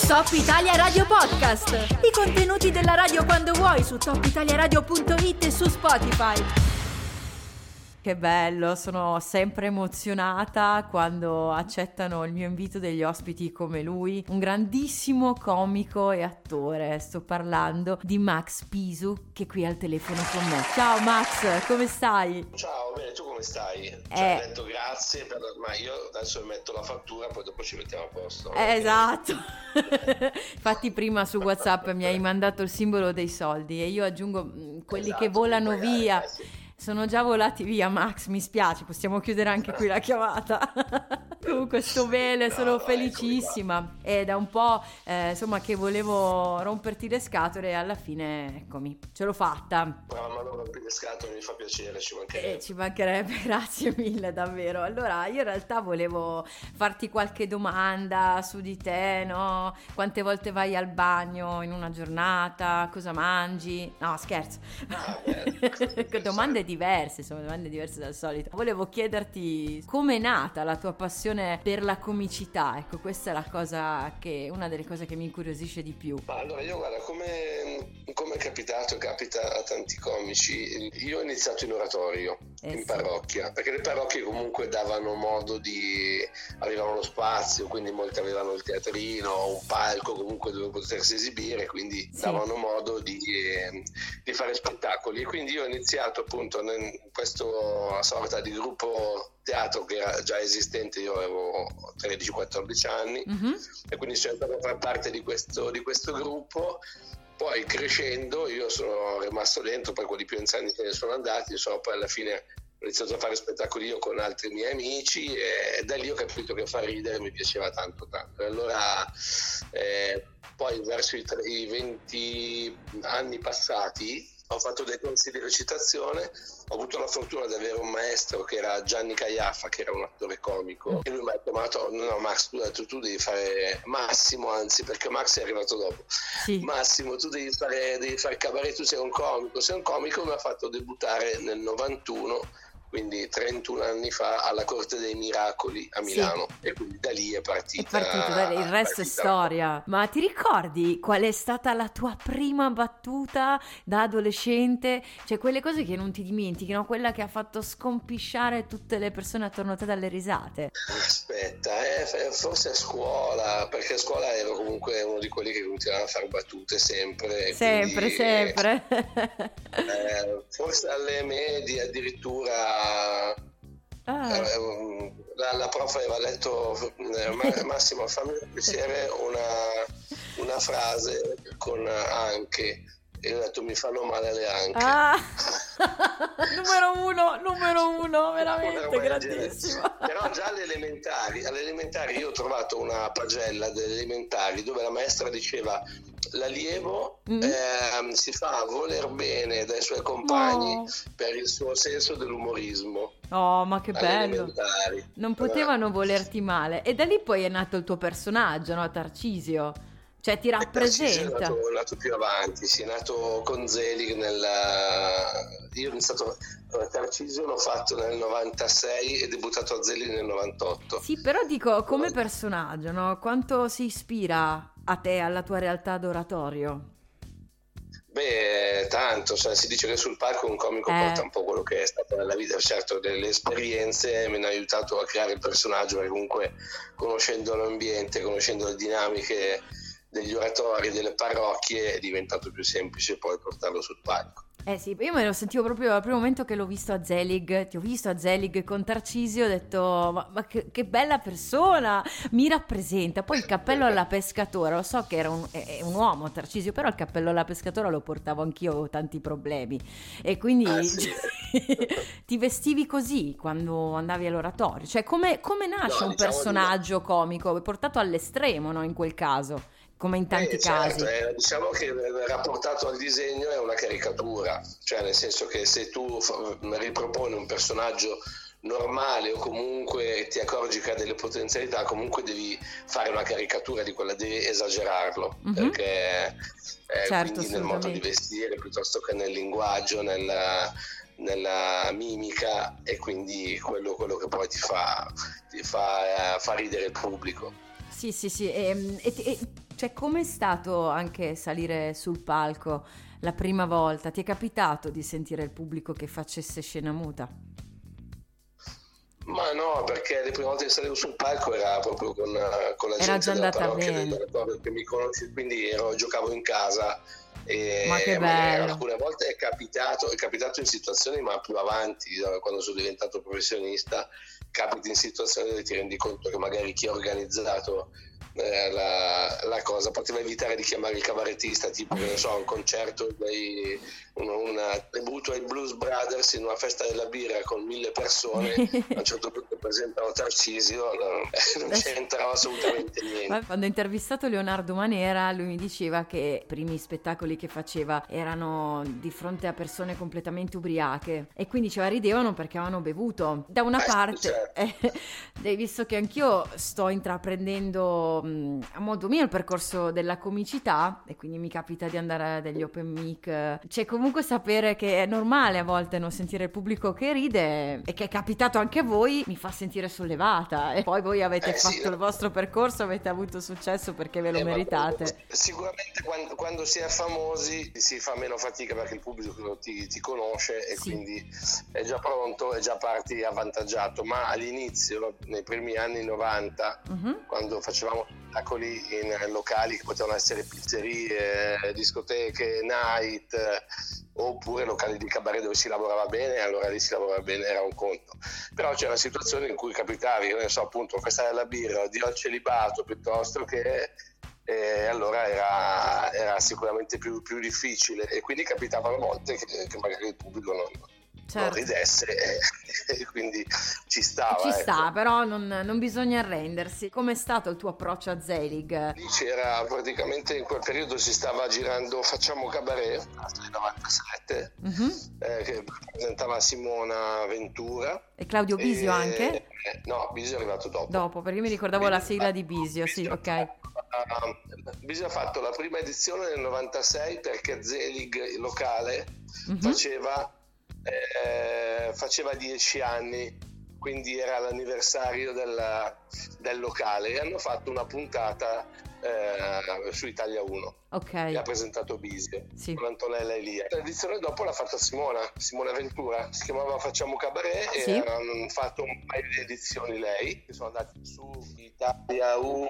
Top Italia Radio Podcast. I contenuti della radio quando vuoi su topitaliaradio.it e su Spotify. Che bello, sono sempre emozionata quando accettano il mio invito degli ospiti come lui, un grandissimo comico e attore. Sto parlando di Max Pisu, che è qui al telefono con me. Ciao Max, come stai? Ciao, bene, tu come stai? Ci ho detto grazie, ma io adesso metto la fattura, poi dopo ci mettiamo a posto. Esatto. Infatti prima su WhatsApp mi hai mandato il simbolo dei soldi e io aggiungo quelli che volano via. Sì. Sono già volati via, Max, mi spiace, possiamo chiudere anche qui la chiamata. Comunque sto bene, sono felicissima. È da un po' insomma che volevo romperti le scatole e alla fine, eccomi, ce l'ho fatta. Ma non rompi le scatole, mi fa piacere, ci mancherebbe. Ci mancherebbe, grazie mille davvero. Allora, io in realtà volevo farti qualche domanda su di te, no? Quante volte vai al bagno in una giornata? Cosa mangi? No, scherzo. Domande diverse, insomma, domande diverse dal solito. Volevo chiederti com'è nata la tua passione per la comicità. Ecco, questa è la cosa una delle cose che mi incuriosisce di più. Allora, io guarda, come è capitato, capita a tanti comici. Io ho iniziato in oratorio, in parrocchia, perché le parrocchie comunque davano modo avevano lo spazio, quindi molti avevano il teatrino, un palco comunque dove potersi esibire, quindi davano modo di fare spettacoli. E quindi io ho iniziato appunto in questo sorta di gruppo teatro che era già esistente, io avevo 13-14 anni, e quindi sono entrato a far parte di questo gruppo. Poi crescendo io sono rimasto dentro, poi quelli più anziani se ne sono andati, insomma poi alla fine ho iniziato a fare spettacoli io con altri miei amici e da lì ho capito che far ridere mi piaceva tanto. E allora poi verso i 20 anni passati ho fatto dei corsi di recitazione, ho avuto la fortuna di avere un maestro che era Gianni Caiaffa, che era un attore comico, e lui mi ha chiamato: no Max, tu devi fare Massimo, anzi, perché Max è arrivato dopo. Massimo, tu devi fare cabaret, tu sei un comico. Mi ha fatto debuttare nel 91, quindi 31 anni fa, alla Corte dei Miracoli a Milano, e quindi da lì è partita il resto è storia. Ma ti ricordi qual è stata la tua prima battuta da adolescente? Cioè quelle cose che non ti dimentichi, no? Quella che ha fatto scompisciare tutte le persone attorno a te dalle risate. Aspetta, forse a scuola, perché a scuola ero comunque uno di quelli che continuava a fare battute sempre. Sempre. Forse alle medie addirittura. La prof aveva letto: Massimo, fammi piacere una frase con anche, e ho detto: mi fanno male le anche. numero uno, veramente grandissimo. Però già alle elementari io ho trovato una pagella delle elementari dove la maestra diceva: l'allievo si fa voler bene dai suoi compagni per il suo senso dell'umorismo. Oh, ma che bello! Non potevano volerti male. E da lì poi è nato il tuo personaggio, no? Tarcisio. Cioè ti rappresenta. È nato più avanti, è nato con Zelig io ho iniziato Tarcisio, l'ho fatto nel 96 e debuttato a Zelig nel 98. Sì, però dico, come personaggio, no? Quanto si ispira a te, alla tua realtà d'oratorio? Beh, tanto, si dice che sul palco un comico porta un po' quello che è stata nella vita. Certo, delle esperienze mi hanno aiutato a creare il personaggio, perché comunque conoscendo l'ambiente, conoscendo le dinamiche degli oratori, delle parrocchie, è diventato più semplice poi portarlo sul palco. Sì, io me lo sentivo proprio al primo momento che l'ho visto a Zelig, ti ho visto a Zelig con Tarcisio, ho detto ma che bella persona, mi rappresenta. Poi il cappello alla pescatora, lo so che era è un uomo Tarcisio, però il cappello alla pescatora lo portavo anch'io, avevo tanti problemi e quindi ti vestivi così quando andavi all'oratorio, cioè come nasce un personaggio comico, portato all'estremo, no, in quel caso? Come in tanti casi. Diciamo che rapportato al disegno è una caricatura, cioè nel senso che se tu riproponi un personaggio normale o comunque ti accorgi che ha delle potenzialità, comunque devi fare una caricatura di quella, devi esagerarlo, perché quindi nel modo di vestire piuttosto che nel linguaggio, nella mimica, e quindi quello che poi ti fa ridere il pubblico. Sì, Cioè, com'è stato anche salire sul palco la prima volta? Ti è capitato di sentire il pubblico che facesse scena muta? Ma no, perché le prime volte che salivo sul palco era proprio con la Era gente già della andata parrocchia bene. che mi conosce, quindi giocavo in casa Ma che e magari bello! alcune volte è capitato in situazioni ma più avanti, quando sono diventato professionista, capiti in situazioni dove ti rendi conto che magari chi ha organizzato la cosa poteva evitare di chiamare il cabarettista, tipo che ne so, un concerto un tributo ai Blues Brothers in una festa della birra con 1000 persone, a un certo punto presentano Tarcisio, non c'entrava assolutamente niente. Quando ho intervistato Leonardo Manera, lui mi diceva che i primi spettacoli che faceva erano di fronte a persone completamente ubriache e quindi ridevano perché avevano bevuto. Da una parte, Certo. visto che anch'io sto intraprendendo a modo mio il percorso della comicità e quindi mi capita di andare a degli open mic, c'è comunque sapere che è normale a volte non sentire il pubblico che ride e che è capitato anche a voi, mi fa sentire sollevata. E poi voi avete fatto il vostro percorso, avete avuto successo perché ve lo meritate. Sicuramente quando si è famosi si fa meno fatica perché il pubblico ti conosce e quindi è già pronto e già parti avvantaggiato, ma all'inizio, nei primi anni 90, quando facevamo spettacoli in locali che potevano essere pizzerie, discoteche, night, oppure locali di cabaret dove si lavorava bene, allora lì si lavorava bene, era un conto. Però c'era situazioni in cui capitavi, che ne so, appunto, festa della birra, addio al celibato, piuttosto che allora era sicuramente più difficile, e quindi capitavano volte che magari il pubblico non ridesse e quindi ci stava. Ci sta, però non bisogna arrendersi. Com'è stato il tuo approccio a Zelig? Lì c'era praticamente, in quel periodo si stava girando Facciamo Cabaret, nel 97, che presentava Simona Ventura. E Claudio Bisio anche? No, Bisio è arrivato dopo. Dopo, perché mi ricordavo la sigla di Bisio, sì, ok. Bisio ha fatto la prima edizione nel 96 perché Zelig, il locale, faceva 10 anni, quindi era l'anniversario del locale, e hanno fatto una puntata su Italia 1. Ok. E ha presentato Bisio con Antonella Elia. L'edizione dopo l'ha fatta Simona Ventura, si chiamava Facciamo Cabaret, e hanno fatto un paio di edizioni lei, che sono andati su Italia 1,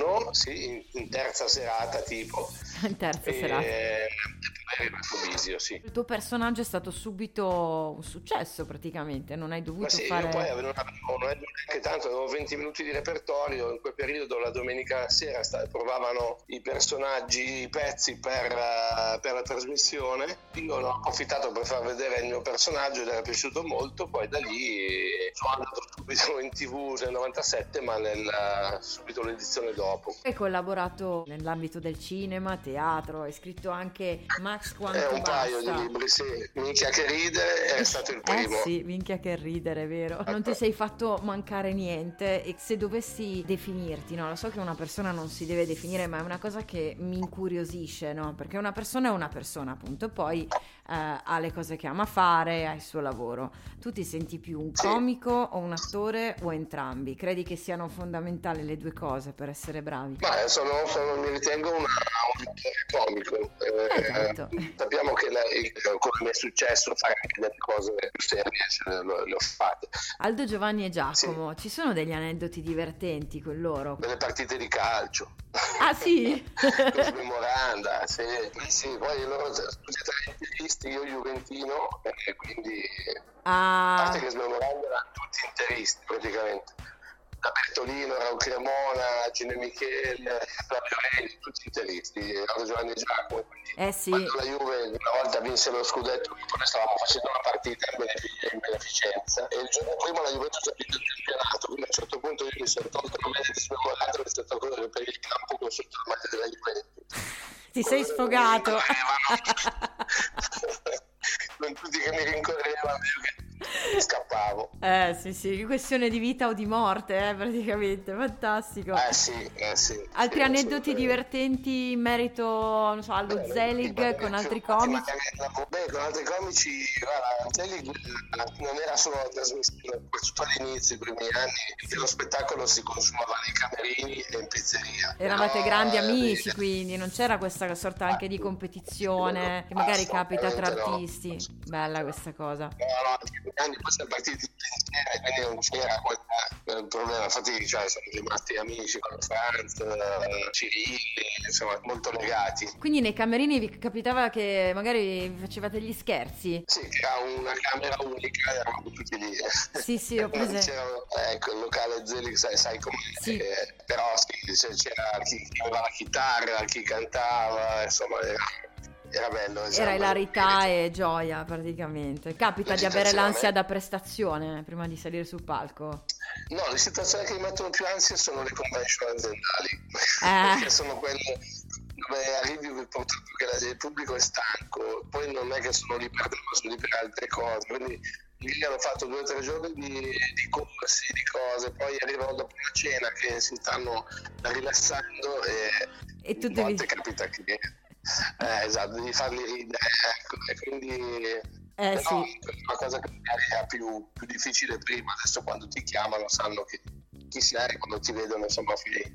in terza serata tipo. In terza serata. E poi è arrivato Bisio, sì. Il tuo personaggio è stato subito un successo praticamente, non hai dovuto fare... Io poi non avevo neanche tanto, avevo 20 minuti di repertorio, in quel periodo la domenica sera provavano i personaggi, i pezzi per la trasmissione. Io ne ho approfittato per far vedere il mio personaggio ed era piaciuto molto, poi da lì sono andato subito in TV nel 97, ma subito l'edizione dopo. Hai collaborato nell'ambito del cinema, teatro, hai scritto anche Max Quanto un Basta. paio di libri, sì. Minchia che ridere è stato il primo. Sì, minchia che ridere, è vero. Non ti sei fatto mancare niente, e se dovessi definirti, no? Lo so che una persona non si deve definire, ma è una cosa che mi incuriosisce, no? Perché una persona è una persona, appunto, poi ha le cose che ama fare, ha il suo lavoro. Tu ti senti più un comico o un attore o entrambi? Credi che siano fondamentali le due cose per essere bravi? Ma mi ritengo un comico. Sappiamo che come mi è successo, fare anche delle cose più serie, le ho fatte. Aldo, Giovanni e Giacomo, ci sono degli aneddoti divertenti con loro? Delle partite di calcio. Ah sì? Smemoranda, sì, poi loro tutti tra interisti, io juventino, e quindi a parte che Smemoranda erano tutti interisti praticamente. Da Bertolino, Raul Cremona, Gino Michele, Flavio Reni, tutti interisti, Aldo, Giovanni e Giacomo. Quando la Juve una volta vinse lo scudetto, noi stavamo facendo una partita in beneficenza, e il giorno prima la Juventus ha vinto il campionato, quindi a un certo punto io mi sono tolto la maglia di Smemoranda e mi sono stato correre per il campo con sotto la maglia della Juventus. Ti sei sfogato. Non tutti che mi rincorrevano, scappavo. Sì, questione di vita o di morte, praticamente, fantastico. Sì. Altri aneddoti divertenti in merito, non so, allo Zelig con altri comici? Con altri comici, guarda, Zelig non era solo la trasmissione, soprattutto all'inizio, i primi anni, lo spettacolo si consumava nei camerini e in pizzeria. Eravate grandi amici, quindi non c'era questa sorta anche di competizione che magari capita tra artisti. Bella questa cosa. No, anni poi siamo partiti insieme, quindi non c'era quel problema. Infatti, siamo rimasti amici con Franz, Cirilli, insomma, molto legati. Quindi nei camerini vi capitava che magari facevate gli scherzi? Sì, che era una camera unica, eravamo tutti lì. Sì, ho preso. Ecco, il locale Zelig, sai com'è. Sì. Però sì, c'era chi aveva la chitarra, chi cantava, insomma, era bello. Era ilarità e gioia praticamente. Capita di avere l'ansia da prestazione prima di salire sul palco? No, le situazioni che mi mettono più ansia sono le convention aziendali, perché sono quelle dove arrivi che il pubblico è stanco, poi non è che sono lì per ma sono lì per altre cose, quindi lì hanno fatto 2 o 3 giorni di corsi, di cose, poi arrivano dopo una cena che si stanno rilassando e tu devi... capita che esatto, devi farli ridere, ecco, e quindi però sì. È una cosa che magari era più difficile prima, adesso quando ti chiamano sanno che chi sei, quando ti vedono insomma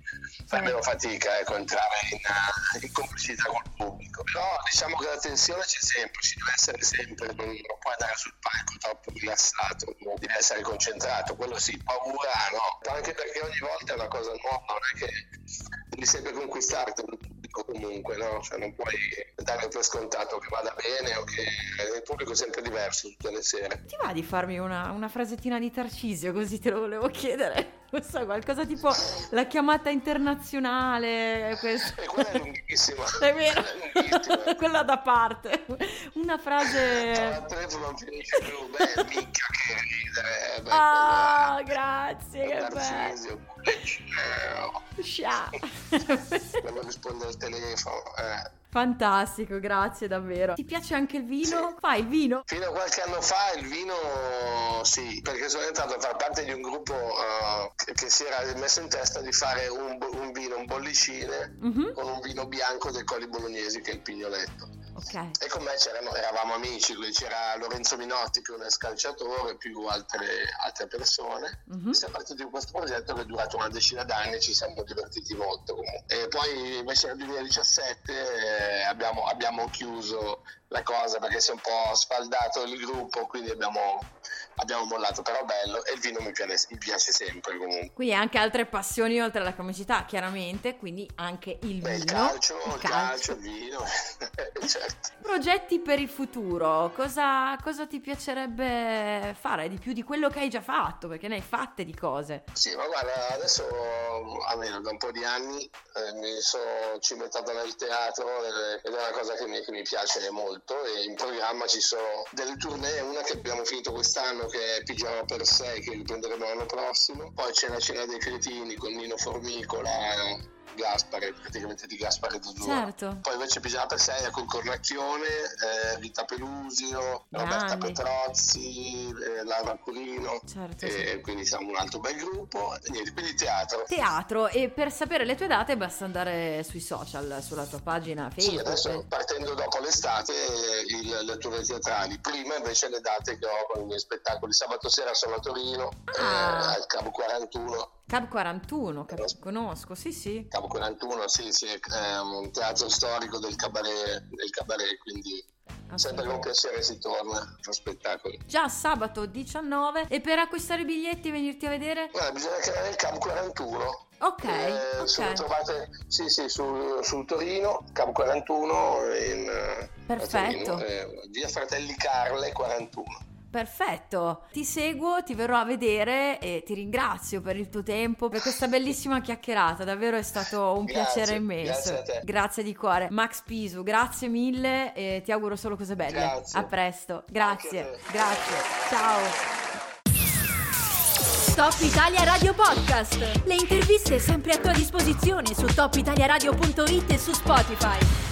fai meno fatica, ecco, entrare in complicità col pubblico. Però diciamo che la tensione c'è sempre, ci deve essere sempre, non puoi andare sul palco troppo rilassato, devi essere concentrato, quello sì, paura no, anche perché ogni volta è una cosa nuova, non è che devi sempre conquistarti il pubblico comunque, no? Cioè non puoi dare per scontato che vada bene o che il pubblico è sempre diverso tutte le sere. Ti va di farmi una frasettina di Tarcisio, così te lo volevo chiedere? Non so, qualcosa tipo la chiamata internazionale, questo. E quella è lunghissima. È vero, quella da parte. Una frase... Il telefono non finisce più, minchia che ridere. Grazie, che bello. Quando risponde al telefono, Fantastico, grazie davvero. Ti piace anche il vino? Sì. Fai il vino? Fino a qualche anno fa il vino sì, perché sono entrato a far parte di un gruppo che si era messo in testa di fare un vino, un bollicine con un vino bianco del Colli Bolognesi che è il Pignoletto. Okay. E con me eravamo amici, quindi c'era Lorenzo Minotti che è un scalciatore più altre persone. Siamo partiti in questo progetto che è durato una decina d'anni e ci siamo divertiti molto comunque. E poi invece nel 2017 abbiamo chiuso la cosa perché si è un po' sfaldato il gruppo, quindi abbiamo mollato, però bello, e il vino mi piace sempre comunque. Quindi anche altre passioni oltre alla comicità, chiaramente, quindi anche il vino. Il calcio, il vino, certo. Progetti per il futuro, cosa ti piacerebbe fare di più di quello che hai già fatto, perché ne hai fatte di cose? Sì, ma guarda, adesso almeno da un po' di anni mi sono cimentato nel teatro ed è una cosa che mi piace molto, e in programma ci sono delle tournée, una che abbiamo finito quest'anno che è Pigiama per 6 che riprenderemo l'anno prossimo, poi c'è la Cena dei Cretini con Nino Formicola, Gaspare, praticamente di Gaspare Zuzura. Certo. Poi invece Pigiama per 6 è con Cornacchione, Rita Pelusio, Roberta Petrozzi, Laura Curino, certo, e quindi siamo un altro bel gruppo, e niente, quindi teatro. E per sapere le tue date basta andare sui social, sulla tua pagina Facebook. Sì, adesso partendo dopo l'estate le tournée teatrali, prima invece le date che ho con i miei spettacoli. Sabato sera sono a Torino, al Cabo 41. Cab 41, conosco, sì. Cabo 41, sì, è un teatro storico del cabaret, quindi sempre con piacere si torna a spettacoli. Già sabato 19, e per acquistare i biglietti e venirti a vedere? Bisogna chiamare il Cabo 41. Ok. Sono trovate sul Torino, Cabo 41 perfetto. Torino, via Fratelli Carle 41. Perfetto, ti seguo, ti verrò a vedere e ti ringrazio per il tuo tempo, per questa bellissima chiacchierata, davvero è stato un piacere immenso. Grazie a te. Grazie di cuore. Max Pisu, grazie mille e ti auguro solo cose belle. Grazie. A presto. Grazie. Ciao. Top Italia Radio Podcast. Le interviste sempre a tua disposizione su topitaliaradio.it e su Spotify.